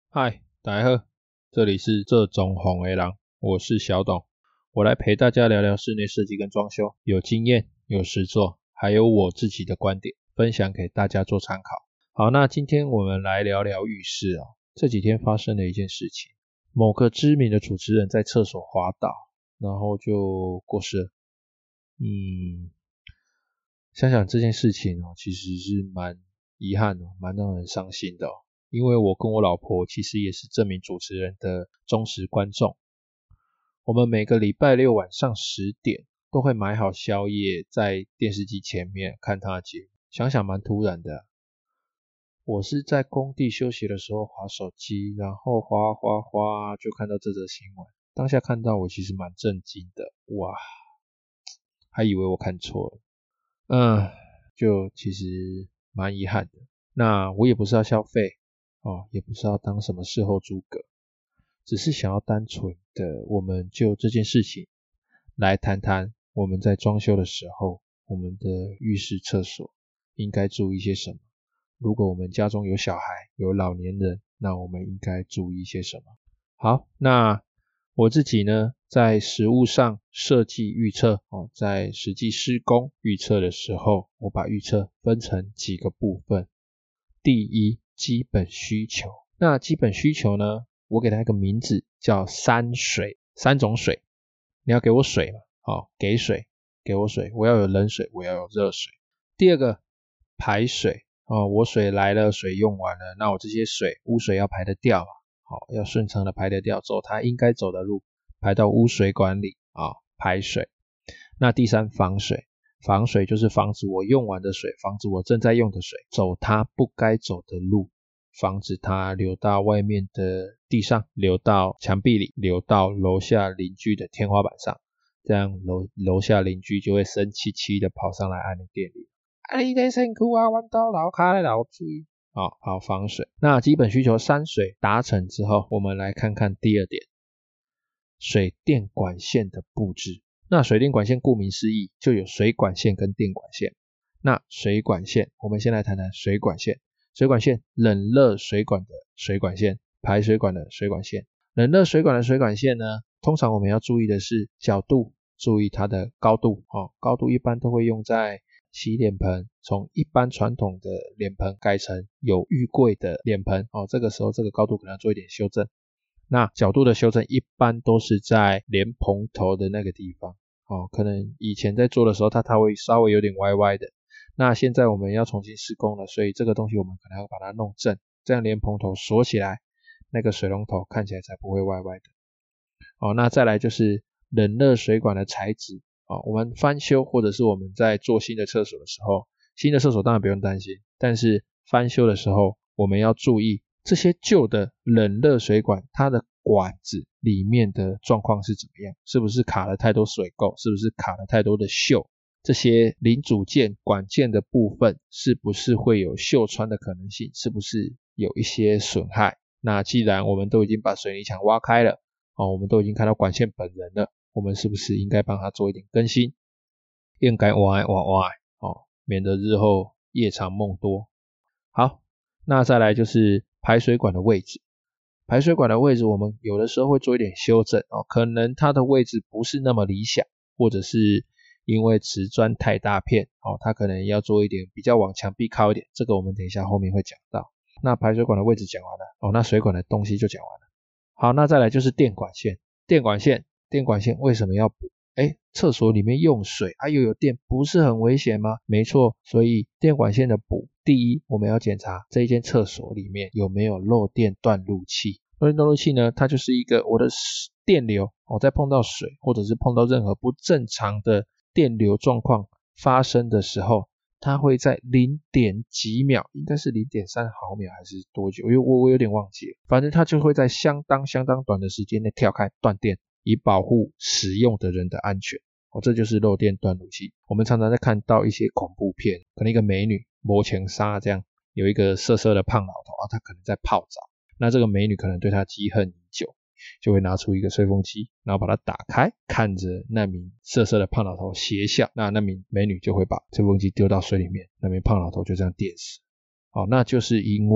嗨，大家好，这里是这种红的人，我是小董，我来陪大家聊聊室内设计跟装修，有经验，有实作，还有我自己的观点，分享给大家做参考。好，那今天我们来聊聊浴室哦。这几天发生了一件事情，某个知名的主持人在厕所滑倒，然后就过世了。想想这件事情哦，其实是蛮遗憾的，蛮让人伤心的哦。因为我跟我老婆其实也是这名主持人的忠实观众，我们每个礼拜六晚上10点都会买好宵夜，在电视机前面看他的节目。想想蛮突然的啊，我是在工地休息的时候滑手机，然后滑就看到这则新闻。当下看到我其实蛮震惊的，哇，还以为我看错了。就其实蛮遗憾的。那我也不是要消费也不是要当什么事后诸葛，只是想要单纯的我们就这件事情来谈谈我们在装修的时候，我们的浴室厕所应该注意些什么。如果我们家中有小孩有老年人，那我们应该注意些什么。好，那我自己呢，在实务上设计预测在实际施工预测的时候，我把预测分成几个部分。第一，基本需求。那基本需求呢，我给它一个名字叫三水，三种水。你要给我水嘛，给水，给我水，我要有冷水，我要有热水。第二个，排水我水来了，水用完了，那我这些水污水要排得掉嘛，要顺畅的排得掉，走它应该走的路，排到污水管里排水。那第三，防水。防水就是防止我用完的水，防止我正在用的水走它不该走的路，防止它流到外面的地上，流到墙壁里，流到楼下邻居的天花板上，这样楼下邻居就会生气气的跑上来按你电铃。你在辛苦啊，弯刀老卡的老注意。好，防水。那基本需求三水达成之后，我们来看看第二点，水电管线的布置。那水电管线顾名思义就有水管线跟电管线。那水管线，我们先来谈谈水管线。水管线，冷热水管的水管线，排水管的水管线。冷热水管的水管线呢，通常我们要注意的是角度，注意它的高度高度一般都会用在洗脸盆，从一般传统的脸盆改成有浴柜的脸盆这个时候这个高度可能要做一点修正。那角度的修正一般都是在莲蓬头的那个地方可能以前在做的时候它会稍微有点歪歪的，那现在我们要重新施工了，所以这个东西我们可能要把它弄正，这样莲蓬头锁起来，那个水龙头看起来才不会歪歪的那再来就是冷热水管的材质我们翻修或者是我们在做新的厕所的时候，新的厕所当然不用担心，但是翻修的时候我们要注意这些旧的冷热水管它的管子里面的状况是怎么样，是不是卡了太多水垢，是不是卡了太多的锈，这些零组件管件的部分是不是会有锈穿的可能性，是不是有一些损害。那既然我们都已经把水泥墙挖开了我们都已经看到管线本人了，我们是不是应该帮它做一点更新，应该挖免得日后夜长梦多。好，那再来就是排水管的位置。排水管的位置我们有的时候会做一点修正可能它的位置不是那么理想，或者是因为瓷砖太大片它可能要做一点比较往墙壁靠一点，这个我们等一下后面会讲到。那排水管的位置讲完了那水管的东西就讲完了。好，那再来就是电管线。电管线为什么要补？厕所里面用水又有电，不是很危险吗？没错，所以电管线的补，第一我们要检查这一间厕所里面有没有漏电断路器。漏电断路器呢，它就是一个我的电流在碰到水或者是碰到任何不正常的电流状况发生的时候，它会在0点几秒，应该是 0.3 毫秒还是多久，因为我有点忘记了，反正它就会在相当短的时间内跳开断电，以保护使用的人的安全这就是漏电断路器。我们常常在看到一些恐怖片，可能一个美女摸前纱这样，有一个色色的胖老头她可能在泡澡，那这个美女可能对他积恨已久，就会拿出一个吹风机，然后把它打开，看着那名色色的胖老头邪笑，那名美女就会把吹风机丢到水里面，那名胖老头就这样电死那就是因为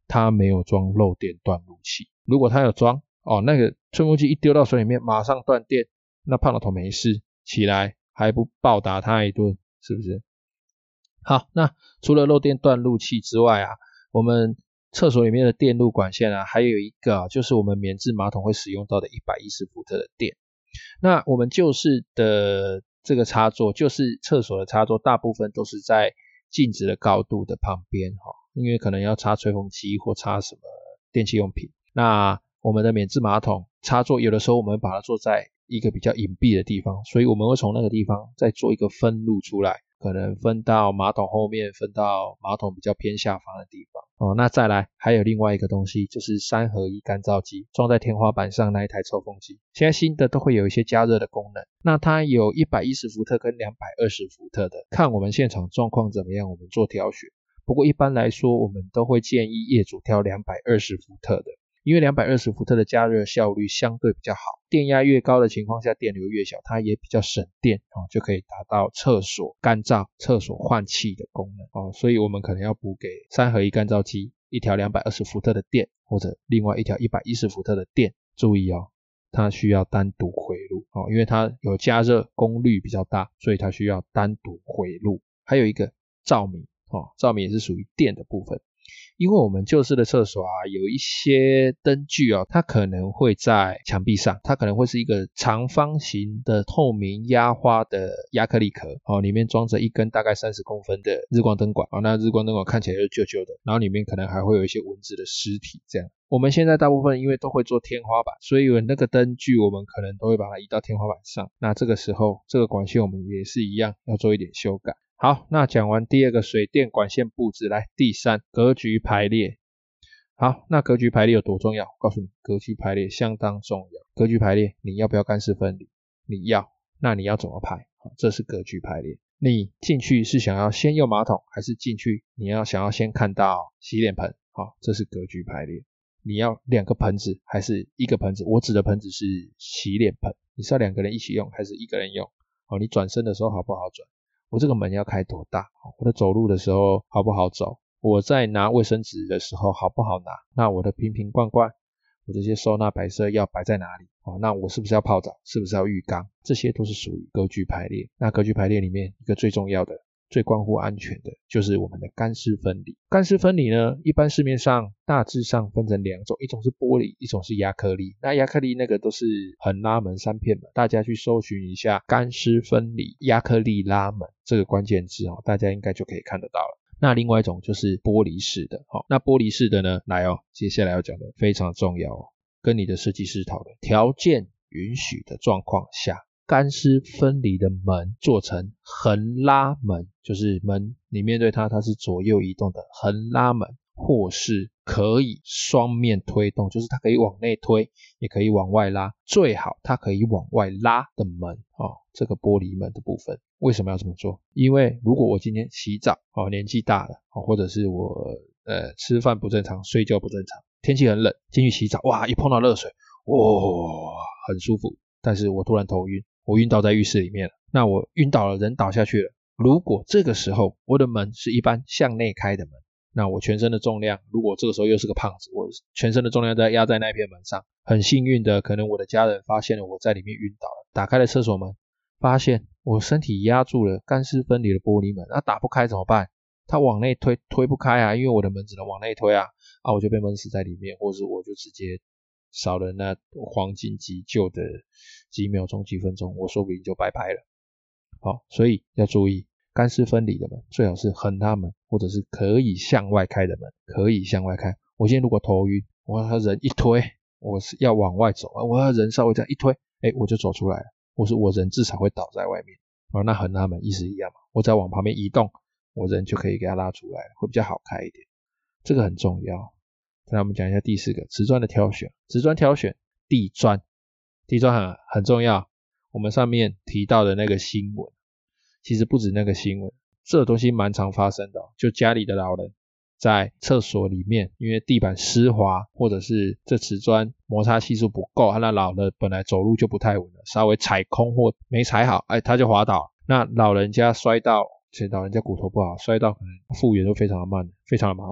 它没有装漏电断路器。如果它有装那个吹风机一丢到水里面马上断电，那胖老头没事起来还不暴打他一顿，是不是？好，那除了漏电断路器之外我们厕所里面的电路管线还有一个就是我们免治马桶会使用到的110伏特的电。那我们旧式的这个插座，就是厕所的插座，大部分都是在镜子的高度的旁边因为可能要插吹风机或插什么电器用品。那我们的免治马桶插座有的时候我们把它做在一个比较隐蔽的地方，所以我们会从那个地方再做一个分路出来，可能分到马桶后面，分到马桶比较偏下方的地方那再来还有另外一个东西，就是3合1干燥机，装在天花板上那一台抽风机，现在新的都会有一些加热的功能。那它有110伏特跟220伏特的，看我们现场状况怎么样我们做挑选。不过一般来说我们都会建议业主挑220伏特的，因为220伏特的加热效率相对比较好，电压越高的情况下电流越小，它也比较省电就可以达到厕所干燥、厕所换气的功能所以我们可能要补给3合1干燥机一条220伏特的电，或者另外一条110伏特的电。注意它需要单独回路因为它有加热功率比较大，所以它需要单独回路。还有一个照明照明也是属于电的部分。因为我们旧式的厕所有一些灯具它可能会在墙壁上，它可能会是一个长方形的透明压花的亚克力壳里面装着一根大概30公分的日光灯管那日光灯管看起来就旧旧的，然后里面可能还会有一些蚊子的尸体这样。我们现在大部分因为都会做天花板，所以有那个灯具我们可能都会把它移到天花板上，那这个时候这个管线我们也是一样要做一点修改。好，那讲完第2个水电管线布置，来第3格局排列。好，那格局排列有多重要？我告诉你，格局排列相当重要。格局排列你要不要干湿分离？你要，那你要怎么排？这是格局排列。你进去是想要先用马桶，还是进去你想要先看到洗脸盆？这是格局排列。你要2个盆子还是1个盆子？我指的盆子是洗脸盆，你是要2个人一起用还是1个人用你转身的时候好不好转？我这个门要开多大？我的走路的时候好不好走？我在拿卫生纸的时候好不好拿？那我的瓶瓶罐罐，我这些收纳摆设要摆在哪里？那我是不是要泡澡？是不是要浴缸？这些都是属于格局排列。那格局排列里面一个最重要的、最关乎安全的就是我们的干湿分离。干湿分离呢，一般市面上大致上分成2种，一种是玻璃，一种是亚克力。那亚克力那个都是横拉门3片门，大家去搜寻一下干湿分离亚克力拉门这个关键字大家应该就可以看得到了。那另外一种就是玻璃式的那玻璃式的呢，来接下来要讲的非常重要跟你的设计师讨论，条件允许的状况下，干湿分离的门做成横拉门，就是门你面对它是左右移动的横拉门，或是可以双面推动，就是它可以往内推也可以往外拉，最好它可以往外拉的门这个玻璃门的部分。为什么要这么做？因为如果我今天洗澡年纪大了或者是我吃饭不正常，睡觉不正常，天气很冷进去洗澡，哇一碰到热水很舒服，但是我突然头晕，我晕倒在浴室里面了，那我晕倒了，人倒下去了。如果这个时候我的门是一般向内开的门，那我全身的重量，如果这个时候又是个胖子，我全身的重量在压在那片门上，很幸运的可能我的家人发现了我在里面晕倒了，打开了厕所门，发现我身体压住了干湿分离的玻璃门，那打不开怎么办？它往内推不开因为我的门只能往内推我就被闷死在里面，或是我就直接少了那黄金急救的几秒钟几分钟，我说不定就拜拜了。好，所以要注意干湿分离的门最好是横拉门，或者是可以向外开的门，可以向外开。我今天如果头晕，我要人一推，我是要往外走，我要人稍微这样一推我就走出来了，或是我人至少会倒在外面那横拉门意思一样嘛，我只要往旁边移动，我人就可以给它拉出来了，会比较好开一点，这个很重要。再来我们讲一下第4个瓷砖的挑选。瓷砖挑选，地砖很重要。我们上面提到的那个新闻，其实不止那个新闻，这东西蛮常发生的就家里的老人在厕所里面，因为地板湿滑，或者是这瓷砖摩擦系数不够，那老人本来走路就不太稳了，稍微踩空或没踩好他就滑倒，那老人家摔到，其实老人家骨头不好，摔到可能复原都非常的慢，非常的麻烦了。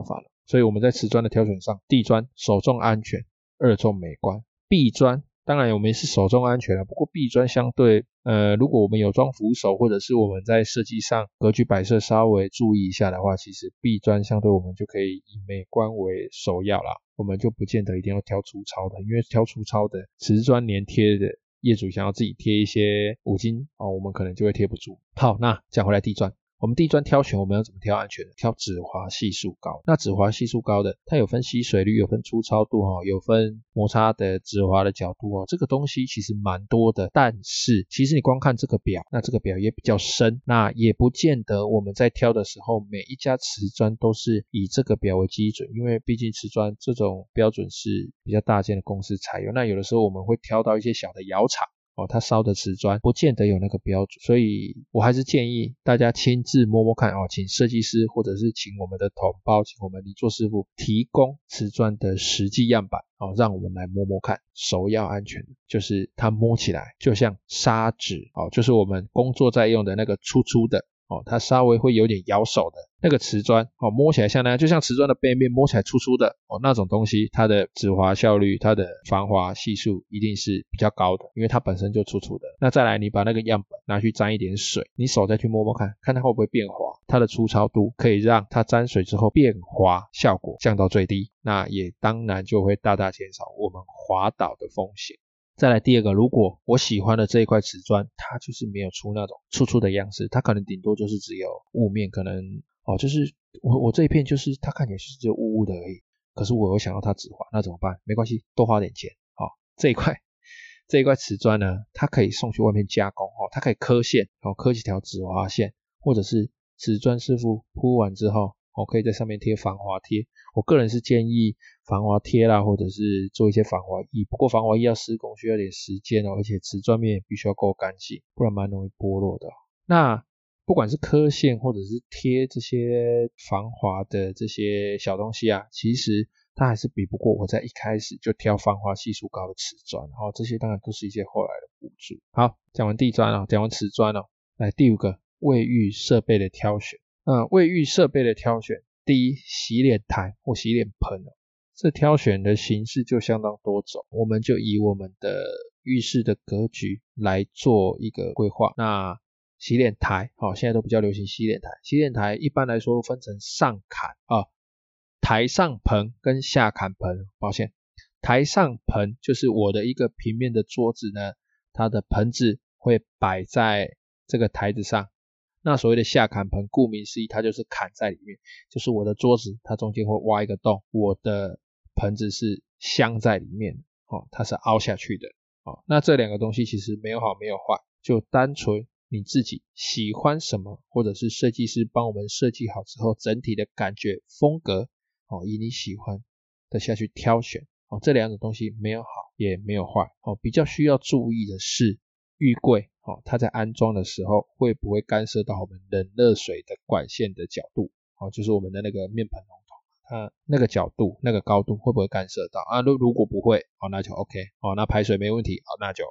所以我们在瓷砖的挑选上，地砖首重安全，二重美观，壁砖当然我们是首重安全不过壁砖相对如果我们有装扶手或者是我们在设计上格局摆设稍微注意一下的话，其实壁砖相对我们就可以以美观为首要啦，我们就不见得一定要挑粗糙的，因为挑粗糙的瓷砖粘贴的业主想要自己贴一些五金我们可能就会贴不住。好，那讲回来地砖，我们地砖挑选我们要怎么挑安全的？挑止滑系数高。那止滑系数高的，它有分吸水率，有分粗糙度有分摩擦的止滑的角度这个东西其实蛮多的。但是其实你光看这个表，那这个表也比较深，那也不见得我们在挑的时候每一家瓷砖都是以这个表为基准，因为毕竟瓷砖这种标准是比较大间的公司采用，那有的时候我们会挑到一些小的窑厂它烧的瓷砖不见得有那个标准，所以我还是建议大家亲自摸摸看请设计师或者是请我们的统包，请我们泥作师傅提供瓷砖的实际样板让我们来摸摸看。首要安全的就是它摸起来就像砂纸就是我们工作在用的那个粗粗的它稍微会有点咬手的那个瓷砖摸起来像那样，就像瓷砖的背面摸起来粗粗的那种东西，它的止滑效率，它的防滑系数一定是比较高的，因为它本身就粗粗的。那再来你把那个样本拿去沾一点水，你手再去摸摸看，看它会不会变滑，它的粗糙度可以让它沾水之后变滑效果降到最低，那也当然就会大大减少我们滑倒的风险。再来第二个，如果我喜欢的这一块瓷砖它就是没有出那种粗粗的样式，它可能顶多就是只有雾面，可能就是我这一片就是它看起来就是只有雾雾的而已，可是我又想要它止滑，那怎么办？没关系，多花点钱这一块瓷砖呢，它可以送去外面加工它可以刻线刻几条止滑线，或者是瓷砖师傅铺完之后可以在上面贴防滑贴。我个人是建议防滑贴啦，或者是做一些防滑液，不过防滑液要施工需要点时间而且瓷砖面也必须要够干净，不然蛮容易剥落的那不管是刻线或者是贴这些防滑的这些小东西其实它还是比不过我在一开始就挑防滑系数高的瓷砖这些当然都是一些后来的辅助。好，讲完地砖讲完瓷砖来第五个，卫浴设备的挑选。卫浴设备的挑选，第一，洗脸台或洗脸盆这挑选的形式就相当多种，我们就以我们的浴室的格局来做一个规划。那洗脸台现在都比较流行洗脸台，洗脸台一般来说分成上坎台上盆跟下坎盆。抱歉，台上盆就是我的一个平面的桌子呢，它的盆子会摆在这个台子上。那所谓的下坎盆，顾名思义，它就是坎在里面，就是我的桌子它中间会挖一个洞，我的盆子是镶在里面它是凹下去的那这两个东西其实没有好没有坏，就单纯你自己喜欢什么，或者是设计师帮我们设计好之后整体的感觉风格以你喜欢的下去挑选这两种东西没有好也没有坏比较需要注意的是浴柜它在安装的时候会不会干涉到我们冷热水的管线的角度就是我们的那个面盆龙头它那个角度那个高度会不会干涉到如果不会那就 OK 那排水没问题那就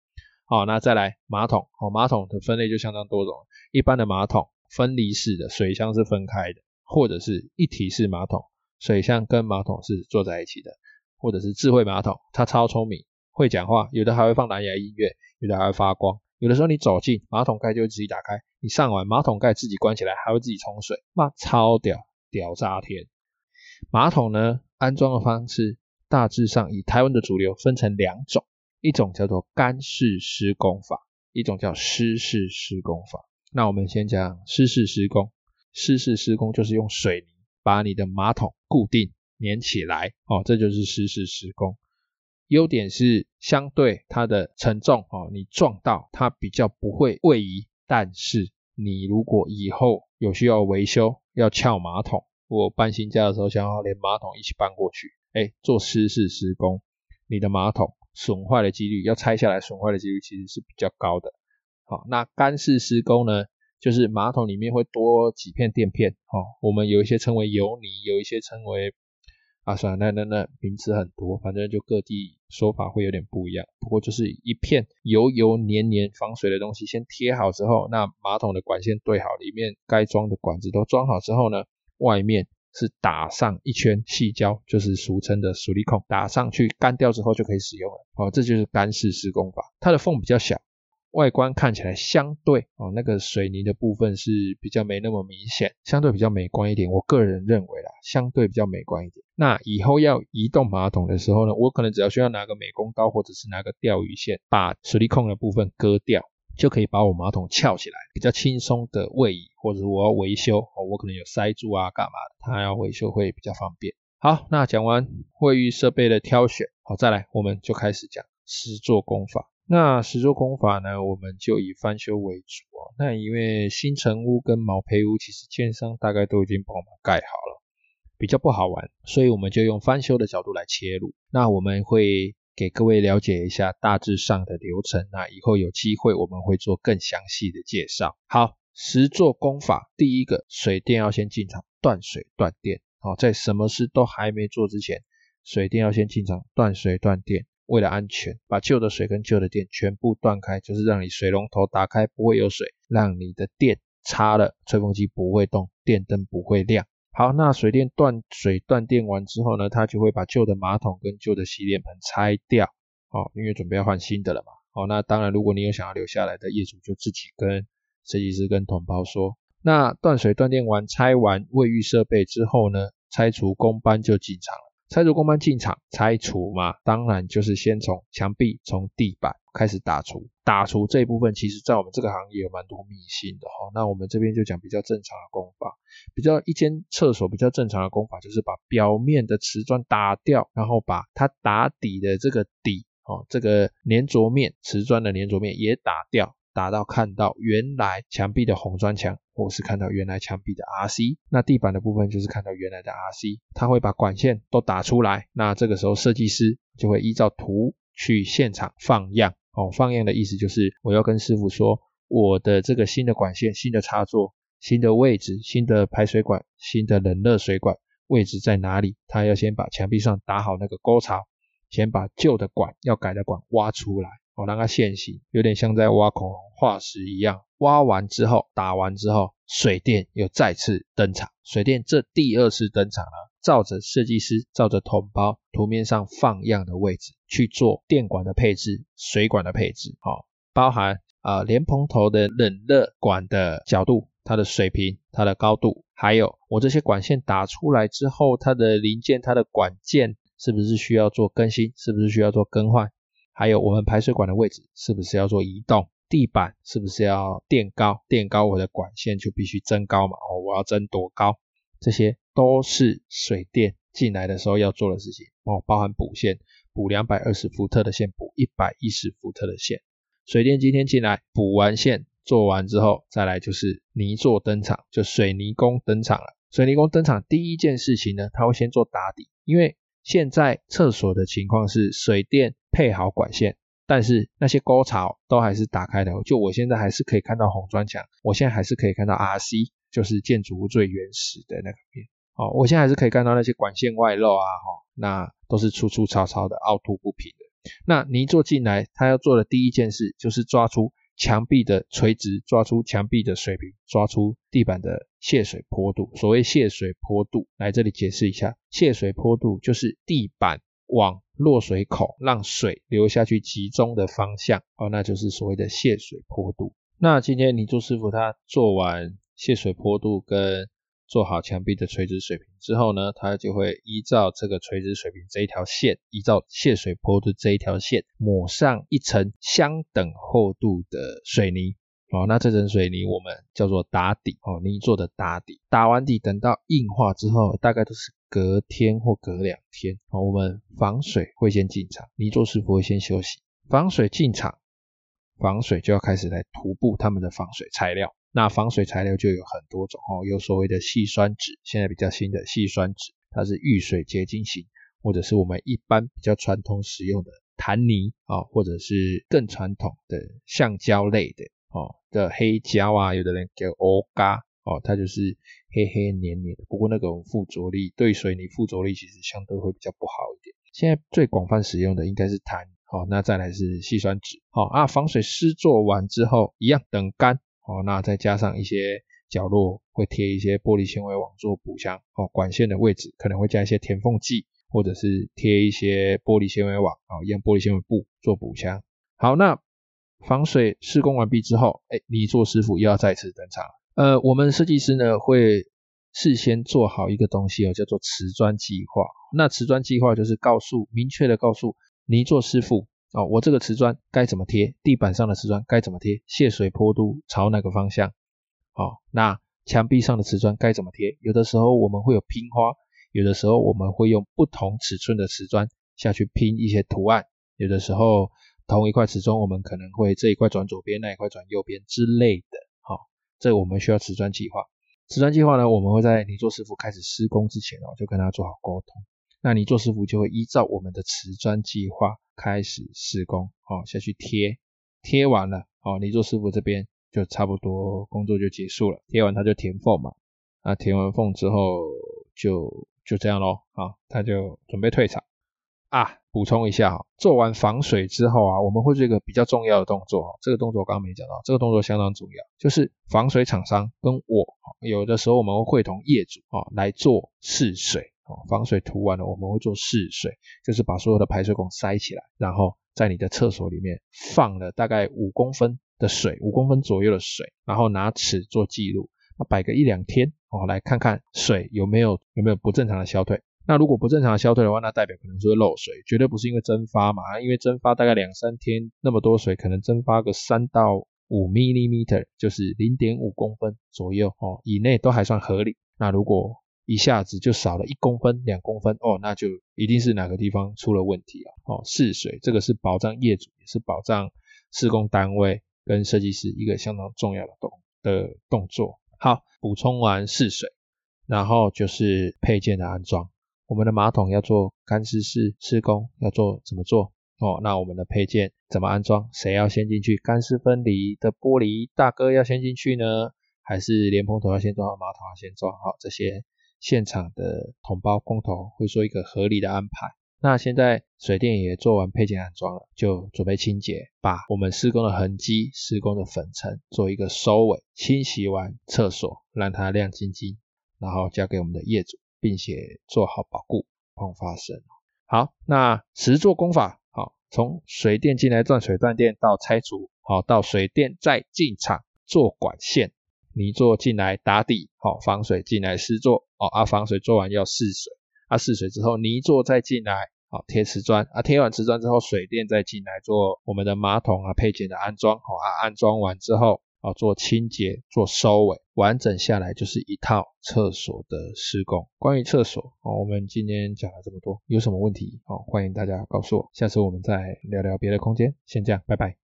OK。那再来马桶马桶的分类就相当多种，一般的马桶分离式的水箱是分开的，或者是一体式马桶，水箱跟马桶是坐在一起的，或者是智慧马桶，它超聪明会讲话，有的还会放蓝牙音乐，有的还会发光，有的时候你走近马桶盖就会自己打开，你上完马桶盖自己关起来还会自己冲水，那超屌炸天。马桶呢安装的方式大致上以台湾的主流分成两种，一种叫做干式施工法，一种叫湿式施工法。那我们先讲湿式施工。湿式施工就是用水泥把你的马桶固定粘起来这就是湿式施工。优点是相对它的承重你撞到它比较不会位移，但是你如果以后有需要维修要撬马桶，我搬新家的时候想要连马桶一起搬过去做湿式施工，你的马桶损坏的几率要拆下来损坏的几率其实是比较高的。那干式施工呢就是马桶里面会多几片垫片我们有一些称为油泥，有一些称为算了那名词很多，反正就各地说法会有点不一样，不过就是一片油黏防水的东西先贴好之后，那马桶的管线对好，里面该装的管子都装好之后呢，外面是打上一圈矽胶，就是俗称的矽利康，打上去干掉之后就可以使用了。这就是干式施工法。它的缝比较小，外观看起来相对那个水泥的部分是比较没那么明显，相对比较美观一点，我个人认为啦，相对比较美观一点。那以后要移动马桶的时候呢，我可能只要需要拿个美工刀或者是拿个钓鱼线把矽利康的部分割掉，就可以把我马桶翘起来，比较轻松的位移，或者我要维修我可能有塞住啊干嘛的，它要维修会比较方便。好，那讲完卫浴设备的挑选，再来我们就开始讲实作工法。那实作工法呢，我们就以翻修为主那因为新成屋跟毛坯屋其实建商大概都已经帮我们盖好了，比较不好玩，所以我们就用翻修的角度来切入。那我们会给各位了解一下大致上的流程，那以后有机会我们会做更详细的介绍。好，实作工法，第一个，水电要先进场断水断电。在什么事都还没做之前，水电要先进场断水断电。为了安全，把旧的水跟旧的电全部断开，就是让你水龙头打开不会有水，让你的电插了吹风机不会动，电灯不会亮。好，那水电断水断电完之后呢，它就会把旧的马桶跟旧的洗脸盆拆掉因为准备要换新的了嘛那当然如果你有想要留下来的，业主就自己跟设计师跟同胞说。那断水断电完拆完卫浴设备之后呢，拆除工班就进场了。拆除工班进场，拆除嘛，当然就是先从墙壁、从地板开始打除。打除这一部分，其实在我们这个行业有蛮多秘辛的那我们这边就讲比较正常的工法。一间厕所比较正常的工法，就是把表面的瓷砖打掉，然后把它打底的这个底这个粘着面，瓷砖的粘着面也打掉，打到看到原来墙壁的红砖墙，或是看到原来墙壁的 RC， 那地板的部分就是看到原来的 RC， 它会把管线都打出来。那这个时候设计师就会依照图去现场放样放样的意思就是我要跟师傅说，我的这个新的管线、新的插座、新的位置、新的排水管、新的冷热水管位置在哪里，他要先把墙壁上打好那个沟槽，先把旧的管要改的管挖出来让它现形，有点像在挖恐龙化石一样。挖完之后，打完之后，水电又再次登场。水电这第二次登场照着设计师照着统包图面上放样的位置去做电管的配置、水管的配置包含莲蓬头的冷热管的角度、它的水平、它的高度，还有我这些管线打出来之后，它的零件、它的管件是不是需要做更新，是不是需要做更换，还有我们排水管的位置是不是要做移动，地板是不是要垫高，垫高我的管线就必须增高嘛我要增多高，这些都是水电进来的时候要做的事情包含补线，补220伏特的线，补110伏特的线。水电今天进来补完线做完之后，再来就是泥作登场，就水泥工登场了。水泥工登场第一件事情呢，他会先做打底，因为现在厕所的情况是水电配好管线，但是那些沟槽都还是打开的，就我现在还是可以看到红砖墙，我现在还是可以看到 RC， 就是建筑物最原始的那个面我现在还是可以看到那些管线外露那都是粗粗糙糙的，凹凸不平的。那泥作进来，他要做的第一件事就是抓出墙壁的垂直，抓出墙壁的水平，抓出地板的泄水坡度。所谓泄水坡度，来这里解释一下，泄水坡度就是地板往落水口让水流下去集中的方向那就是所谓的泄水坡度。那今天泥作师傅他做完泄水坡度跟做好墙壁的垂直水平之后呢，他就会依照这个垂直水平这一条线，依照泄水坡度这一条线抹上一层相等厚度的水泥那这层水泥我们叫做打底泥做的打底。打完底等到硬化之后，大概都是隔天或隔2天我们防水会先进场，泥作师傅会先休息。防水进场，防水就要开始来涂布他们的防水材料。那防水材料就有很多种有所谓的细酸酯，现在比较新的细酸酯，它是遇水结晶型，或者是我们一般比较传统使用的弹泥或者是更传统的橡胶类的黑胶有的人叫欧嘎它就是黑黑黏黏的，不过那个附着力对水泥附着力其实相对会比较不好一点。现在最广泛使用的应该是弹那再来是细酸酯防水施作完之后一样等干那再加上一些角落会贴一些玻璃纤维网做补强管线的位置可能会加一些填缝剂，或者是贴一些玻璃纤维网一样玻璃纤维布做补强。好，那防水施工完毕之后，泥作师傅又要再次登场。我们设计师呢会事先做好一个东西叫做瓷砖计划。那瓷砖计划就是明确的告诉泥作师傅我这个瓷砖该怎么贴，地板上的瓷砖该怎么贴，泄水坡度朝哪个方向那墙壁上的瓷砖该怎么贴。有的时候我们会有拼花，有的时候我们会用不同尺寸的瓷砖下去拼一些图案，有的时候同一块瓷砖我们可能会这一块转左边，那一块转右边之类的这我们需要瓷砖计划。瓷砖计划呢，我们会在泥作师傅开始施工之前就跟他做好沟通，那泥作师傅就会依照我们的瓷砖计划开始施工下去贴完了泥作师傅这边就差不多工作就结束了，贴完他就填缝嘛，那填完缝之后就这样咯他就准备退场补充一下做完防水之后我们会做一个比较重要的动作这个动作我刚刚没讲到，这个动作相当重要，就是防水厂商跟我有的时候我们会会同业主来做试水防水涂完了我们会做试水，就是把所有的排水孔塞起来，然后在你的厕所里面放了大概5公分的水，5公分左右的水，然后拿尺做记录，那摆个1-2天来看看水有没有不正常的消退。那如果不正常的消退的话，那代表可能是会漏水，绝对不是因为蒸发嘛，因为蒸发大概2-3天那么多水可能蒸发个3到5 mm， 就是 0.5 公分左右以内都还算合理。那如果一下子就少了1公分2公分那就一定是哪个地方出了问题了试水这个是保障业主也是保障施工单位跟设计师一个相当重要的动作。好，补充完试水，然后就是配件的安装。我们的马桶要做干湿式施工，要做怎么做那我们的配件怎么安装，谁要先进去，干湿分离的玻璃大哥要先进去呢，还是莲蓬头要先装好，马桶要先装好，这些现场的统包工头会做一个合理的安排。那现在水电也做完配件安装了，就准备清洁，把我们施工的痕迹施工的粉尘做一个收尾，清洗完厕所让它亮晶晶，然后交给我们的业主，并且做好保固防发生。好，那实作工法从水电进来断水断电到拆除到水电再进场做管线，泥作进来打底防水进来施作防水做完要试水试水之后泥作再进来贴瓷砖贴完瓷砖之后水电再进来做我们的马桶配件的安装安装完之后做清洁做收尾，完整下来就是一套厕所的施工。关于厕所我们今天讲了这么多，有什么问题欢迎大家告诉我，下次我们再聊聊别的空间。先这样，拜拜。